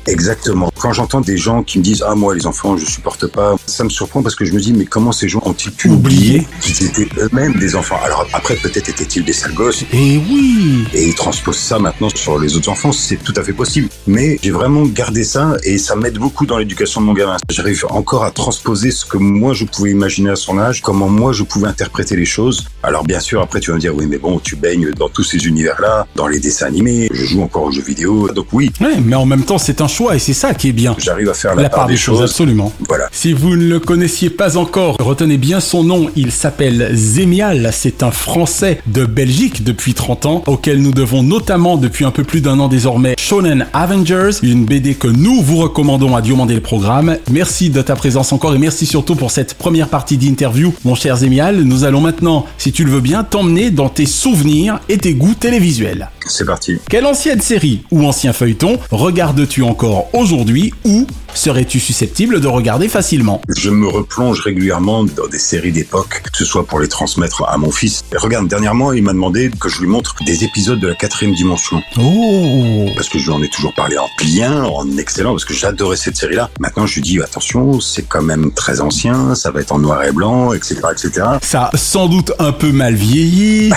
Exactement. Quand j'entends des gens qui me disent « Ah, moi, les enfants, je supporte pas », ça me surprend parce que je me dis « Mais comment ces gens ont-ils pu oublier qu'ils étaient eux-mêmes des enfants ?» Alors après, peut-être étaient-ils des sales gosses. Et oui. Et ils transposent ça maintenant sur les autres enfants, c'est tout à fait possible. Mais j'ai vraiment gardé ça et ça m'aide beaucoup dans l'éducation de mon gamin. J'arrive encore à transposer ce que moi je pouvais imaginer à son âge, comment moi je pouvais interpréter les choses. Alors bien sûr, après tu vas me dire « Oui, mais bon, tu baignes dans tous ces univers-là, dans les dessins animés, je joue encore aux jeux vidéo, donc oui. » Ouais, mais en même temps, c'est un choix et c'est ça qui est bien. J'arrive à faire la, la part, part des, des choses, choses, absolument. Voilà. Si vous ne le connaissiez pas encore, retenez bien son nom. Il s'appelle Zemial. C'est un Français de Belgique depuis trente ans, auquel nous devons notamment depuis un peu plus d'un an désormais Shonen Avengers, une B D que nous vous recommandons à Diomandé le programme. Merci de ta présence encore et merci surtout pour cette première partie d'interview, mon cher Zemial. Nous allons maintenant, si tu le veux bien, t'emmener dans tes souvenirs et tes goûts télévisuels. C'est parti. Quelle ancienne série ou ancien feuilleton regardes-tu encore aujourd'hui ou serais-tu susceptible de regarder facilement? Je me replonge régulièrement dans des séries d'époque, que ce soit pour les transmettre à mon fils. Et regarde, dernièrement, il m'a demandé que je lui montre des épisodes de la quatrième dimension. Oh. Parce que je lui en ai toujours parlé en bien, en excellent, parce que j'adorais cette série-là. Maintenant, je lui dis, attention, c'est quand même très ancien, ça va être en noir et blanc, et cetera, et cetera. Ça a sans doute un peu mal vieilli.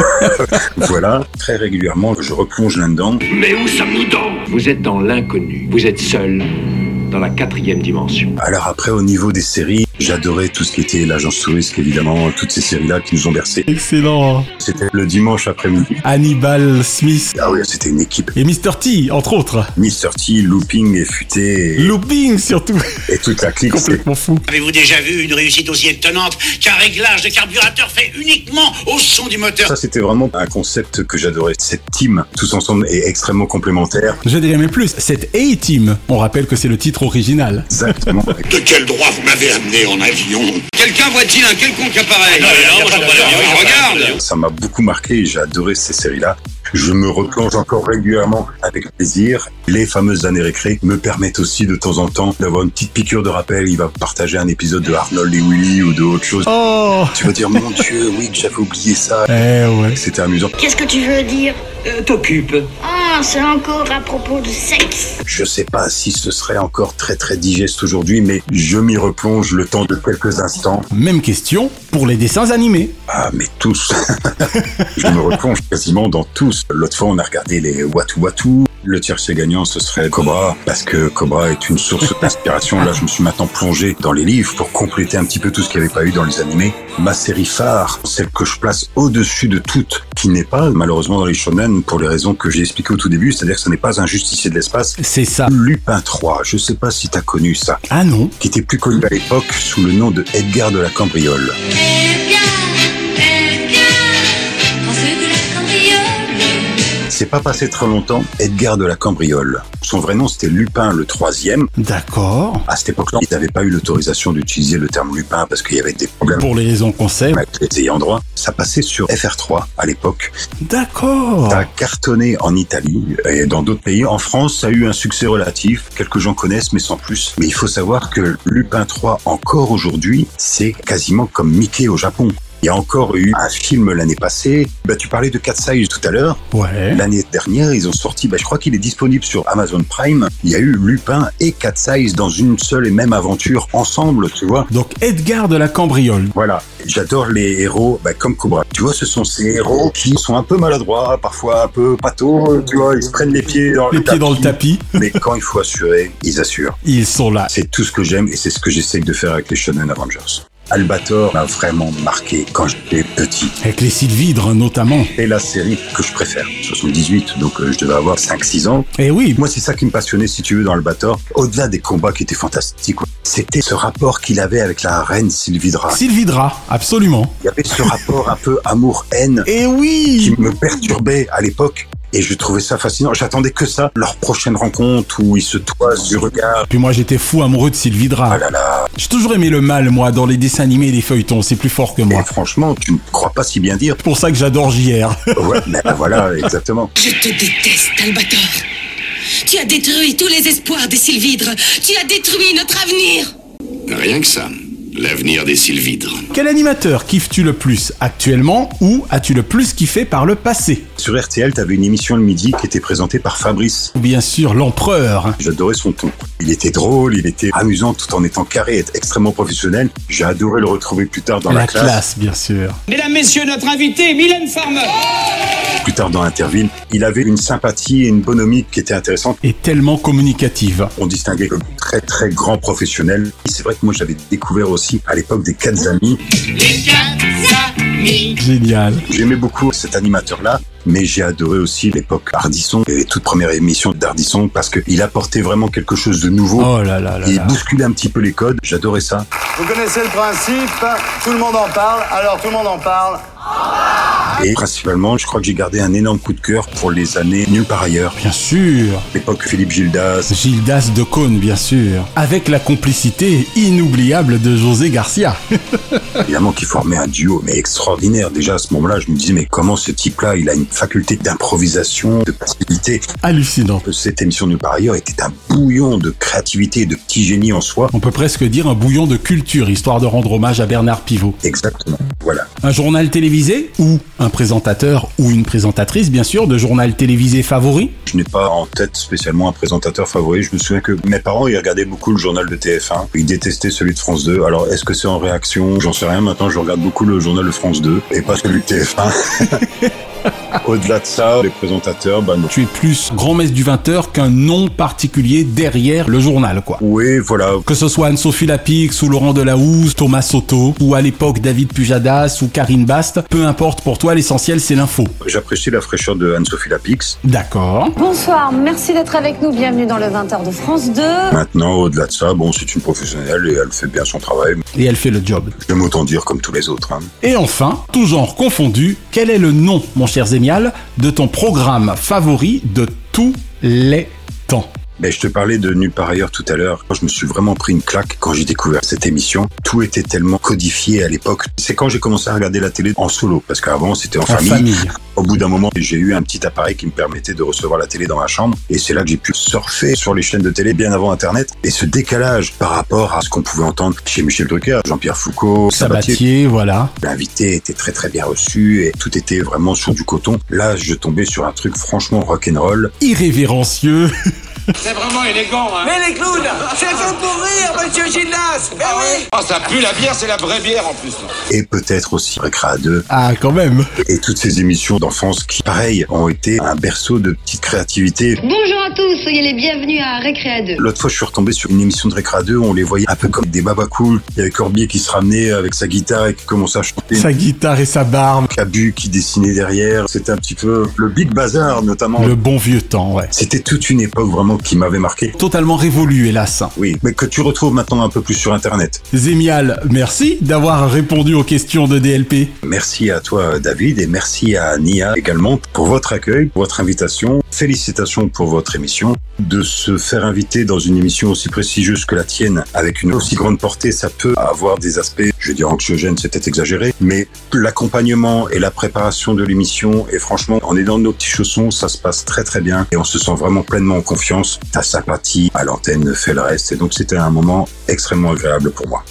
Voilà, très régulièrement, je replonge là-dedans. Mais où sommes-nous donc? Vous êtes dans l'inconnu. Vous êtes seul dans la quatrième dimension. Alors après, au niveau des séries, j'adorais tout ce qui était l'Agence Touriste, évidemment, toutes ces séries-là qui nous ont bercés. Excellent. C'était le dimanche après-midi. Hannibal Smith. Ah oui, c'était une équipe. Et mister T, entre autres. mister T, Looping et Futé. Et... Looping, surtout. Et toute la clique. Complètement fou. Avez-vous déjà vu une réussite aussi étonnante qu'un réglage de carburateur fait uniquement au son du moteur? Ça, c'était vraiment un concept que j'adorais. Cette team, tous ensemble, est extrêmement complémentaire. Je dirais même plus, cette A-Team. On rappelle que c'est le titre original. Exactement. De quel droit vous m'avez amené en avion? Quelqu'un voit-il un quelconque appareil? Non, non, non, non, non, regarde. Ça m'a beaucoup marqué et j'ai adoré ces séries-là. Je me replonge encore régulièrement avec plaisir. Les fameuses années récré me permettent aussi de temps en temps d'avoir une petite piqûre de rappel. Il va partager un épisode de Arnold et Willy ou d'autres choses. Oh. Tu vas dire, mon Dieu, oui, que j'avais oublié ça. Eh ouais. C'était amusant. Qu'est-ce que tu veux dire? Euh, t'occupe. Ah, c'est encore à propos de sexe. Je sais pas si ce serait encore très très digeste aujourd'hui, mais je m'y replonge le temps de quelques instants. Même question pour les dessins animés. Ah, mais tous. Je me replonge quasiment dans tous. L'autre fois, on a regardé les Watu Watu. Le tiercé gagnant, ce serait Cobra, parce que Cobra est une source d'inspiration. Là, je me suis maintenant plongé dans les livres pour compléter un petit peu tout ce qu'il n'y avait pas eu dans les animés. Ma série phare, celle que je place au-dessus de toutes, qui n'est pas, malheureusement, dans les shonen, pour les raisons que j'ai expliquées au tout début, c'est-à-dire que ce n'est pas un justicier de l'espace. C'est ça. Lupin trois, je sais pas si t'as connu ça. Ah non. Qui était plus connu à l'époque sous le nom de Edgar de la Cambriole. C'est pas passé très longtemps, Edgar de la Cambriole. Son vrai nom, c'était Lupin le troisième. D'accord. À cette époque-là, ils n'avaient pas eu l'autorisation d'utiliser le terme Lupin parce qu'il y avait des problèmes. Pour les raisons qu'on sait. Avec les ayants droit. Ça passait sur F R trois à l'époque. D'accord. Ça a cartonné en Italie et dans d'autres pays. En France, ça a eu un succès relatif. Quelques gens connaissent, mais sans plus. Mais il faut savoir que Lupin trois, encore aujourd'hui, c'est quasiment comme Mickey au Japon. Il y a encore eu un film l'année passée. Bah, tu parlais de Cat Size tout à l'heure. Ouais. L'année dernière, ils ont sorti, bah, je crois qu'il est disponible sur Amazon Prime. Il y a eu Lupin et Cat Size dans une seule et même aventure ensemble, tu vois. Donc Edgar de la Cambriole. Voilà. J'adore les héros, bah, comme Cobra. Tu vois, ce sont ces héros qui sont un peu maladroits, parfois un peu pâteaux, tu vois. Ils se prennent les pieds dans les le pieds tapis. dans le tapis. Mais quand il faut assurer, ils assurent. Ils sont là. C'est tout ce que j'aime et c'est ce que j'essaie de faire avec les Shonen Avengers. Albator m'a vraiment marqué quand j'étais petit. Avec les Sylvidres notamment. C'est la série que je préfère. soixante-dix-huit, donc euh, je devais avoir cinq six ans. Et oui. Moi, c'est ça qui me passionnait, si tu veux, dans Albator. Au-delà des combats qui étaient fantastiques, c'était ce rapport qu'il avait avec la reine Sylvidra. Sylvidra, absolument. Il y avait ce rapport un peu amour-haine. Et oui. Qui me perturbait à l'époque. Et je trouvais ça fascinant. J'attendais que ça, leur prochaine rencontre où ils se toisent du regard. Puis moi, j'étais fou amoureux de Sylvidra. Ah là là. J'ai toujours aimé le mal, moi, dans les dessins animés et les feuilletons. C'est plus fort que moi. Et franchement, tu ne crois pas si bien dire. C'est pour ça que j'adore J R. Ouais, mais ben voilà, exactement. Je te déteste, Albator. Tu as détruit tous les espoirs des Sylvidres. Tu as détruit notre avenir. Rien que ça. L'avenir des Sylvidres. Quel animateur kiffes-tu le plus actuellement ou as-tu le plus kiffé par le passé? Sur R T L, t'avais une émission le midi qui était présentée par Fabrice. Bien sûr, l'empereur. J'adorais son ton. Il était drôle, il était amusant tout en étant carré et extrêmement professionnel. J'ai adoré le retrouver plus tard dans la, la classe. La classe, bien sûr. Mesdames, messieurs, notre invité, Mylène Farmer. Plus tard dans Interville, il avait une sympathie et une bonhomie qui était intéressante. Et tellement communicative. On distinguait comme très très grand professionnel. Et c'est vrai que moi j'avais découvert aussi à l'époque des quatre amis. Les quatre amis. Génial. J'aimais beaucoup cet animateur-là. Mais j'ai adoré aussi l'époque Ardisson et les toutes premières émissions d'Ardisson parce qu'il apportait vraiment quelque chose de nouveau. Oh là là là il là. bousculait un petit peu les codes. J'adorais ça. Vous connaissez le principe, tout le monde en parle, alors tout le monde en parle. Et principalement, je crois que j'ai gardé un énorme coup de cœur pour les années Nulle part ailleurs. Bien sûr. L'époque Philippe Gildas. Gildas de Caunes, bien sûr. Avec la complicité inoubliable de José Garcia. Évidemment qu'il formait un duo, mais extraordinaire. Déjà à ce moment-là, je me disais, mais comment ce type-là, il a une faculté d'improvisation, de passivité. Hallucinant. Cette émission Nulle part ailleurs était un bouillon de créativité et de petit génie en soi. On peut presque dire un bouillon de culture, histoire de rendre hommage à Bernard Pivot. Exactement, voilà. Un journal télévisé ou un présentateur ou une présentatrice, bien sûr, de journal télévisé favori? Je n'ai pas en tête spécialement un présentateur favori. Je me souviens que mes parents, ils regardaient beaucoup le journal de T F un. Ils détestaient celui de France deux. Alors, est-ce que c'est en réaction? J'en sais rien. Maintenant, je regarde beaucoup le journal de France deux et pas celui de T F un. Au-delà de ça, les présentateurs, bah non. Tu es plus grand-messe du vingt heures qu'un nom particulier derrière le journal, quoi. Oui, voilà. Que ce soit Anne-Sophie Lapix ou Laurent Delahousse, Thomas Soto, ou à l'époque David Pujadas ou Karine Bast, peu importe pour toi, l'essentiel c'est l'info. J'apprécie la fraîcheur de Anne-Sophie Lapix. D'accord. Bonsoir, merci d'être avec nous, bienvenue dans le vingt heures de France deux. Maintenant, au-delà de ça, bon, c'est une professionnelle et elle fait bien son travail. Et elle fait le job. J'aime autant dire comme tous les autres. Hein. Et enfin, tout genre confondu, quel est le nom, mon cher Zémial, de ton programme favori de tous les temps? Ben, je te parlais de Nulle part ailleurs tout à l'heure. Je me suis vraiment pris une claque quand j'ai découvert cette émission. Tout était tellement codifié à l'époque. C'est quand j'ai commencé à regarder la télé en solo, parce qu'avant c'était en, en famille. famille. Au bout d'un moment, j'ai eu un petit appareil qui me permettait de recevoir la télé dans ma chambre. Et c'est là que j'ai pu surfer sur les chaînes de télé bien avant Internet. Et ce décalage par rapport à ce qu'on pouvait entendre chez Michel Drucker, Jean-Pierre Foucault, Sabatier, Sabatier, voilà. L'invité était très très bien reçu et tout était vraiment sur du coton. Là, je tombais sur un truc franchement rock'n'roll. Irrévérencieux. C'est vraiment élégant, hein. Mais les clowns, c'est fait pour rire, monsieur Gildas. Mais ah oui. Oh, ça pue la bière, c'est la vraie bière en plus. Et peut-être aussi Récréa deux. Ah, quand même. Et toutes ces émissions d'enfance qui, pareil, ont été un berceau de petite créativité. Bonjour à tous, soyez les bienvenus à Récréa deux. L'autre fois, je suis retombé sur une émission de Récréa deux où on les voyait un peu comme des babas cool. Il y avait Corbier qui se ramenait avec sa guitare et qui commençait à chanter. Sa guitare et sa barbe. Cabu qui dessinait derrière. C'était un petit peu le Big Bazar, notamment. Le bon vieux temps, ouais. C'était toute une époque vraiment qui m'avait marqué. Totalement révolu, hélas. Oui, mais que tu retrouves maintenant un peu plus sur Internet. Zémial, merci d'avoir répondu aux questions de D L P. Merci à toi, David, et merci à Nia également pour votre accueil, pour votre invitation. Félicitations pour votre émission. De se faire inviter dans une émission aussi prestigieuse que la tienne, avec une aussi grande portée, ça peut avoir des aspects, je vais dire anxiogènes, c'est peut-être exagéré, mais l'accompagnement et la préparation de l'émission, et franchement, en est dans nos petits chaussons, ça se passe très très bien, et on se sent vraiment pleinement en confiance. Ta sympathie à l'antenne fait le reste, et donc c'était un moment extrêmement agréable pour moi.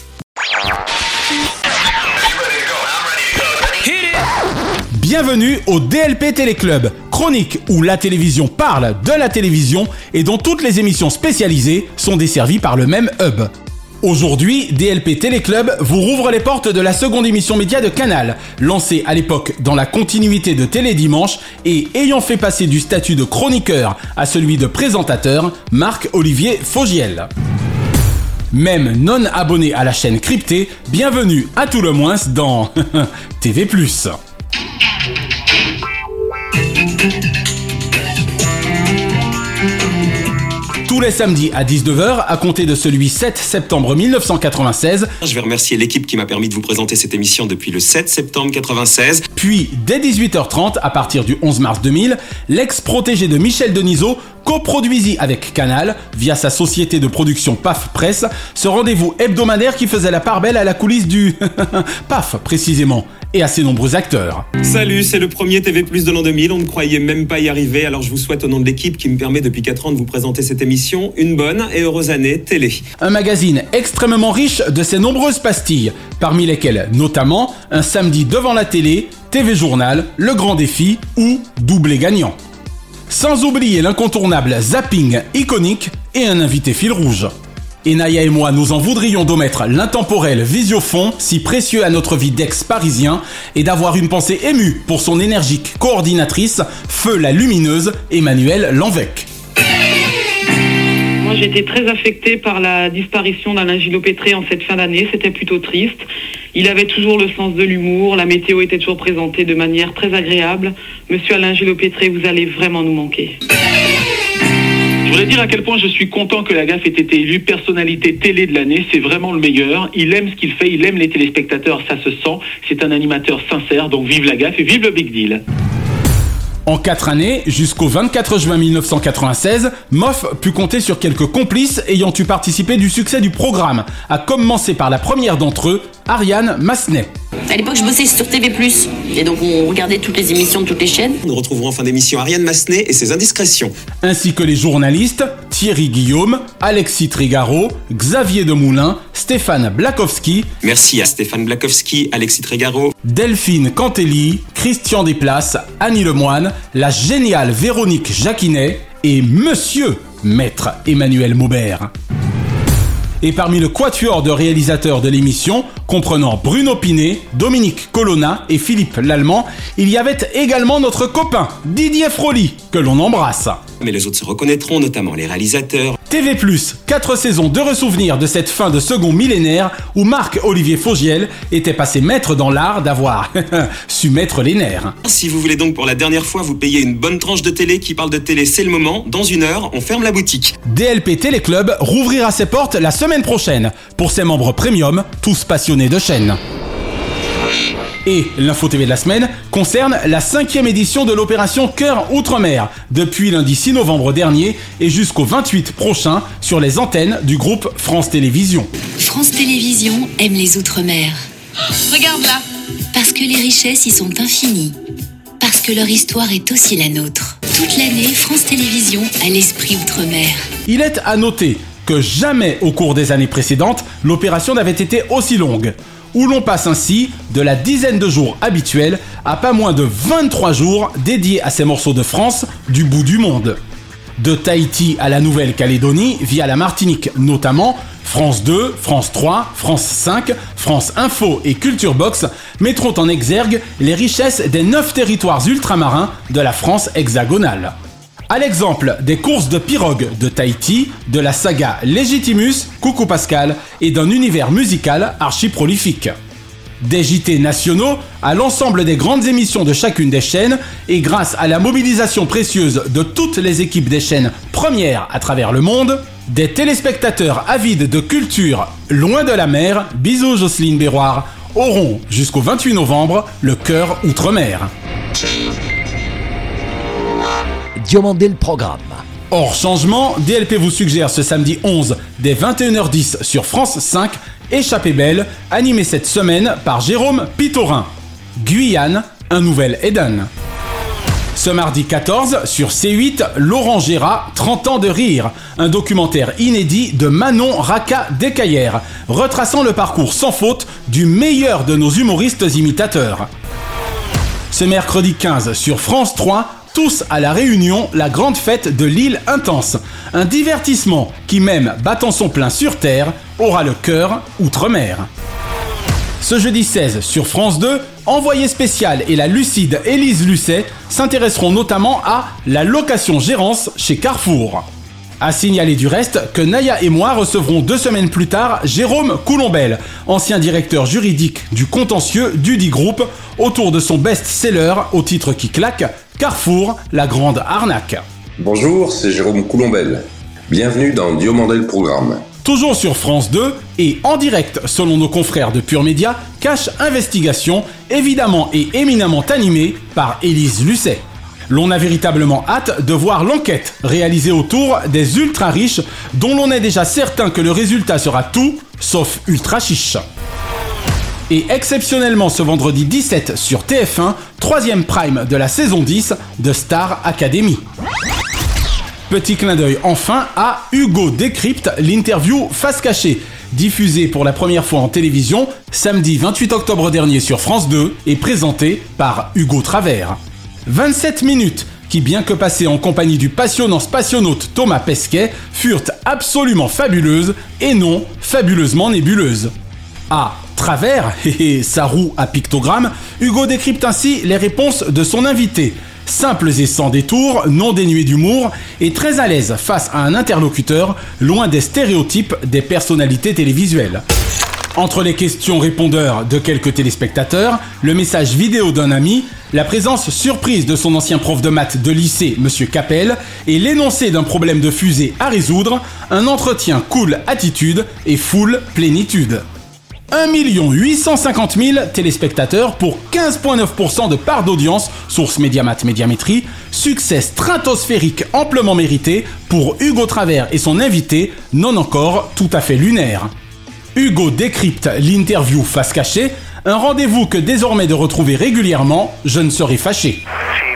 Bienvenue au D L P Téléclub, chronique où la télévision parle de la télévision et dont toutes les émissions spécialisées sont desservies par le même hub. Aujourd'hui, D L P Téléclub vous rouvre les portes de la seconde émission média de Canal, lancée à l'époque dans la continuité de Télé Dimanche et ayant fait passer du statut de chroniqueur à celui de présentateur, Marc-Olivier Fogiel. Même non abonné à la chaîne cryptée, bienvenue à tout le moins dans T V plus. Tous les samedis à dix-neuf heures, à compter de celui sept septembre mille neuf cent quatre-vingt-seize. Je vais remercier l'équipe qui m'a permis de vous présenter cette émission depuis le sept septembre quatre-vingt-seize. Puis, dès dix-huit heures trente, à partir du onze mars deux mille, l'ex-protégé de Michel Denisot coproduisit avec Canal, via sa société de production P A F Presse, ce rendez-vous hebdomadaire qui faisait la part belle à la coulisse du P A F précisément, et à ses nombreux acteurs. Salut, c'est le premier T V plus de l'an deux mille, on ne croyait même pas y arriver, alors je vous souhaite au nom de l'équipe qui me permet depuis quatre ans de vous présenter cette émission, une bonne et heureuse année télé. Un magazine extrêmement riche de ses nombreuses pastilles, parmi lesquelles notamment un samedi devant la télé, T V Journal, Le Grand Défi ou Doublé Gagnant. Sans oublier l'incontournable zapping iconique et un invité fil rouge. Et Naya et moi, nous en voudrions d'omettre l'intemporel Visiofond, si précieux à notre vie d'ex-parisien, et d'avoir une pensée émue pour son énergique coordinatrice, Feu la lumineuse, Emmanuelle Lanvec. Moi, j'étais très affectée par la disparition d'Alain Gillot-Pétré en cette fin d'année. C'était plutôt triste. Il avait toujours le sens de l'humour. La météo était toujours présentée de manière très agréable. Monsieur Alain Gillot-Pétré, vous allez vraiment nous manquer. Je voudrais dire à quel point je suis content que Lagaffe ait été élu personnalité télé de l'année. C'est vraiment le meilleur. Il aime ce qu'il fait, il aime les téléspectateurs, ça se sent. C'est un animateur sincère, donc vive Lagaffe et vive le Big Deal. En quatre années, jusqu'au vingt-quatre juin mille neuf cent quatre-vingt-seize, Moff put compter sur quelques complices ayant eu participé du succès du programme, à commencer par la première d'entre eux, Ariane Massenet. À l'époque, je bossais sur T V plus, et donc on regardait toutes les émissions de toutes les chaînes. Nous retrouverons en fin d'émission Ariane Massenet et ses indiscrétions. Ainsi que les journalistes Thierry Guillaume, Alexis Trigaro, Xavier Demoulin, Stéphane Blakowski. Merci à Stéphane Blakowski, Alexis Trigaro, Delphine Cantelli, Christian Desplaces, Annie Lemoine, la géniale Véronique Jacquinet et Monsieur Maître Emmanuel Maubert. Et parmi le quatuor de réalisateurs de l'émission, comprenant Bruno Pinet, Dominique Colonna et Philippe Lallemand, il y avait également notre copain Didier Froli, que l'on embrasse. Mais les autres se reconnaîtront, notamment les réalisateurs. T V plus, quatre saisons d'heureux souvenirs de cette fin de second millénaire où Marc-Olivier Fogiel était passé maître dans l'art d'avoir su mettre les nerfs. Si vous voulez donc pour la dernière fois vous payer une bonne tranche de télé qui parle de télé, c'est le moment. Dans une heure, on ferme la boutique. D L P Téléclub rouvrira ses portes la semaine prochaine pour ses membres premium, tous passionnés de chaînes. Et l'info T V de la semaine concerne la cinquième édition de l'opération Cœur Outre-mer, depuis lundi six novembre dernier et jusqu'au vingt-huit prochain sur les antennes du groupe France Télévisions. France Télévisions aime les Outre-mer. Regarde là. Parce que les richesses y sont infinies. Parce que leur histoire est aussi la nôtre. Toute l'année, France Télévisions a l'esprit Outre-mer. Il est à noter que jamais au cours des années précédentes, l'opération n'avait été aussi longue, où l'on passe ainsi de la dizaine de jours habituels à pas moins de vingt-trois jours dédiés à ces morceaux de France du bout du monde. De Tahiti à la Nouvelle-Calédonie, via la Martinique notamment, France deux, France trois, France cinq, France Info et Culture Box mettront en exergue les richesses des neuf territoires ultramarins de la France hexagonale. À l'exemple des courses de pirogue de Tahiti, de la saga Legitimus, Coucou Pascal et d'un univers musical archi prolifique. Des J T nationaux à l'ensemble des grandes émissions de chacune des chaînes et grâce à la mobilisation précieuse de toutes les équipes des chaînes premières à travers le monde, des téléspectateurs avides de culture loin de la mer, bisous Jocelyne Béroir, auront jusqu'au vingt-huit novembre le cœur outre-mer. Diomandé le programme. Hors changement, D L P vous suggère ce samedi onze dès vingt et une heures dix sur France cinq, Échappée belle, animé cette semaine par Jérôme Pitorin. Guyane, un nouvel Eden. Ce mardi quatorze, sur C huit, Laurent Gérard, trente ans de rire, un documentaire inédit de Manon Raka-Decaillère, retraçant le parcours sans faute du meilleur de nos humoristes imitateurs. Ce mercredi quinze, sur France trois, Tous à la Réunion, la grande fête de l'île Intense. Un divertissement qui, même battant son plein sur Terre, aura le cœur outre-mer. Ce jeudi seize, sur France deux, Envoyé spécial et la lucide Élise Lucet s'intéresseront notamment à la location-gérance chez Carrefour. À signaler du reste que Naya et moi recevrons deux semaines plus tard Jérôme Coulombelle, ancien directeur juridique du contentieux d'Udi Group, autour de son best-seller au titre qui claque, Carrefour, la grande arnaque. Bonjour, c'est Jérôme Coulombelle. Bienvenue dans Diomandé le programme. Toujours sur France deux et en direct selon nos confrères de Pure Média, Cache Investigation, évidemment et éminemment animé par Élise Lucet. L'on a véritablement hâte de voir l'enquête réalisée autour des ultra-riches dont l'on est déjà certain que le résultat sera tout sauf ultra-chiche. Et exceptionnellement ce vendredi dix-sept sur T F un, troisième prime de la saison dix de Star Academy. Petit clin d'œil enfin à Hugo décrypte l'interview Face Cachée, diffusée pour la première fois en télévision samedi vingt-huit octobre dernier sur France deux et présentée par Hugo Travers. vingt-sept minutes qui, bien que passées en compagnie du passionnant spationaute Thomas Pesquet, furent absolument fabuleuses et non fabuleusement nébuleuses. À Travers, et sa roue à pictogramme, Hugo décrypte ainsi les réponses de son invité. Simples et sans détour, non dénués d'humour et très à l'aise face à un interlocuteur loin des stéréotypes des personnalités télévisuelles. Entre les questions-répondeurs de quelques téléspectateurs, le message vidéo d'un ami, la présence surprise de son ancien prof de maths de lycée, Monsieur Capel, et l'énoncé d'un problème de fusée à résoudre, un entretien cool attitude et full plénitude. un million huit cent cinquante mille téléspectateurs pour quinze virgule neuf pour cent de part d'audience, source Mediamat Médiamétrie, succès stratosphérique amplement mérité pour Hugo Travers et son invité, non encore tout à fait lunaire. Hugo décrypte l'interview Face Cachée, un rendez-vous que désormais de retrouver régulièrement, je ne serai fâché.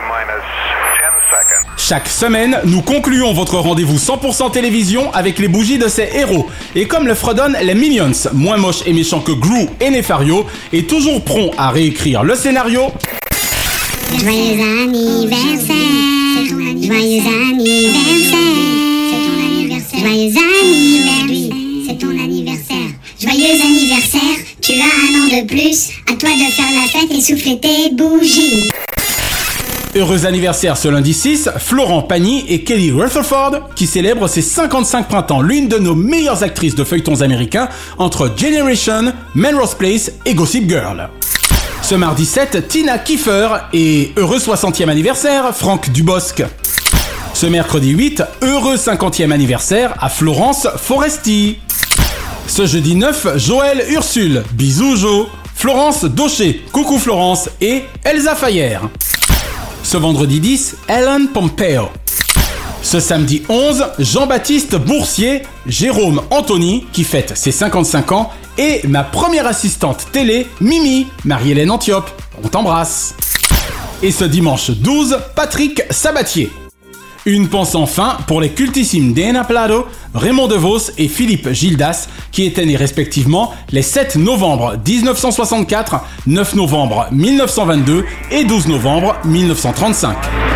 Chaque semaine, nous concluons votre rendez-vous cent pour cent télévision avec les bougies de ses héros. Et comme le fredonnent les Minions, moins moches et méchants que Gru et Nefario, et toujours prompt à réécrire le scénario. Joyeux anniversaire, joyeux anniversaire, c'est ton anniversaire, joyeux anniversaire, c'est ton anniversaire, joyeux anniversaire, tu as un an de plus, à toi de faire la fête et souffler tes bougies. Heureux anniversaire ce lundi six, Florent Pagny et Kelly Rutherford qui célèbrent ses cinquante-cinq printemps, l'une de nos meilleures actrices de feuilletons américains entre Generation, Melrose Place et Gossip Girl. Ce mardi sept, Tina Kiefer et heureux soixantième anniversaire, Franck Dubosc. Ce mercredi huit, heureux cinquantième anniversaire à Florence Foresti. Ce jeudi neuf, Joël Ursule, bisous Jo, Florence Daucher, coucou Florence et Elsa Fayer. Ce vendredi dix, Ellen Pompeo. Ce samedi onze, Jean-Baptiste Boursier, Jérôme Anthony, qui fête ses cinquante-cinq ans, et ma première assistante télé, Mimi, Marie-Hélène Antiope. On t'embrasse. Et ce dimanche douze, Patrick Sabatier. Une pense enfin pour les cultissimes Dana Plato, Raymond DeVos et Philippe Gildas, qui étaient nés respectivement les sept novembre dix-neuf cent soixante-quatre, neuf novembre mille neuf cent vingt-deux et douze novembre mille neuf cent trente-cinq.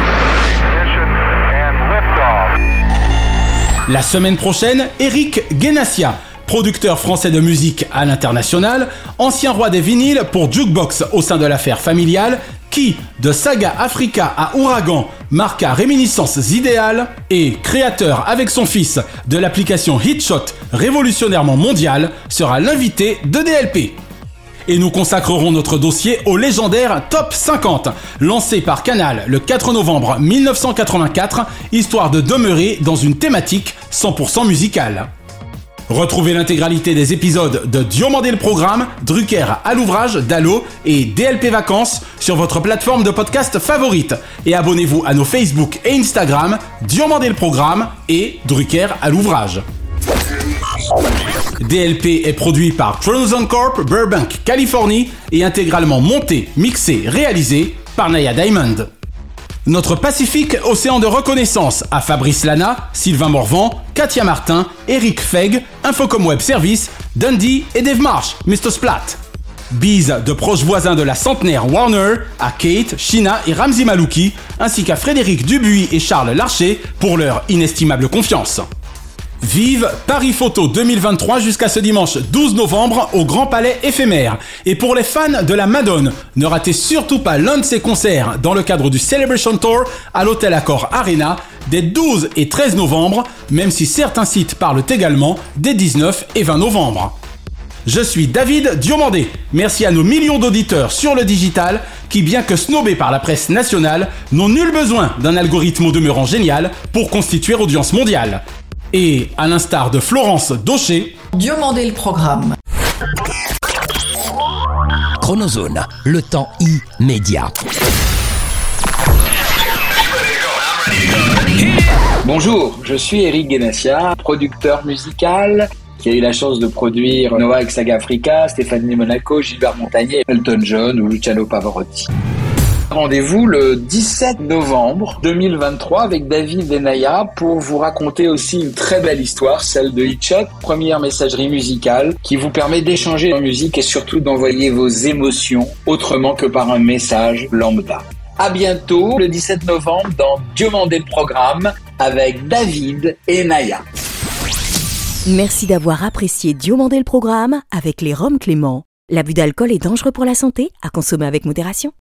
La semaine prochaine, Eric Guénassia, producteur français de musique à l'international, ancien roi des vinyles pour Jukebox au sein de l'affaire familiale, qui, de Saga Africa à Ouragan, marqua réminiscences idéales, et créateur avec son fils de l'application Hitshot révolutionnairement mondiale, sera l'invité de D L P. Et nous consacrerons notre dossier au légendaire Top cinquante, lancé par Canal le quatre novembre mille neuf cent quatre-vingt-quatre, histoire de demeurer dans une thématique cent pour cent musicale. Retrouvez l'intégralité des épisodes de Diomandé le Programme, Drucker à l'ouvrage, Dallo et D L P Vacances sur votre plateforme de podcast favorite. Et abonnez-vous à nos Facebook et Instagram, Diomandé le Programme et Drucker à l'ouvrage. D L P est produit par Tronzon Corp, Burbank, Californie et intégralement monté, mixé, réalisé par Naya Diamond. Notre Pacifique Océan de reconnaissance à Fabrice Lana, Sylvain Morvan, Katia Martin, Eric Fegg, Infocom Web Service, Dundee et Dave Marsh, mister Splat. Bise de proches voisins de la centenaire Warner à Kate, Shina et Ramzi Malouki, ainsi qu'à Frédéric Dubuis et Charles Larcher pour leur inestimable confiance. Vive Paris Photo deux mille vingt-trois jusqu'à ce dimanche douze novembre au Grand Palais éphémère. Et pour les fans de la Madone, ne ratez surtout pas l'un de ses concerts dans le cadre du Celebration Tour à l'Hôtel Accor Arena des douze et treize novembre, même si certains sites parlent également des dix-neuf et vingt novembre. Je suis David Diomandé. Merci à nos millions d'auditeurs sur le digital qui, bien que snobés par la presse nationale, n'ont nul besoin d'un algorithme au demeurant génial pour constituer audience mondiale. Et, à l'instar de Florence Daucher, Diomandé le Programme. Chronozone, le temps immédiat. Bonjour, je suis Eric Guénassia, producteur musical qui a eu la chance de produire Noah avec Saga Africa, Stéphanie Monaco, Gilbert Montagnier, Elton John ou Luciano Pavarotti. Rendez-vous le dix-sept novembre deux mille vingt-trois avec David et Naya pour vous raconter aussi une très belle histoire, celle de Hitchhot, première messagerie musicale qui vous permet d'échanger en musique et surtout d'envoyer vos émotions autrement que par un message lambda. À bientôt le dix-sept novembre dans Diomandé le programme avec David et Naya. Merci d'avoir apprécié Diomandé le programme avec les Roms Clément. L'abus d'alcool est dangereux pour la santé, à consommer avec modération.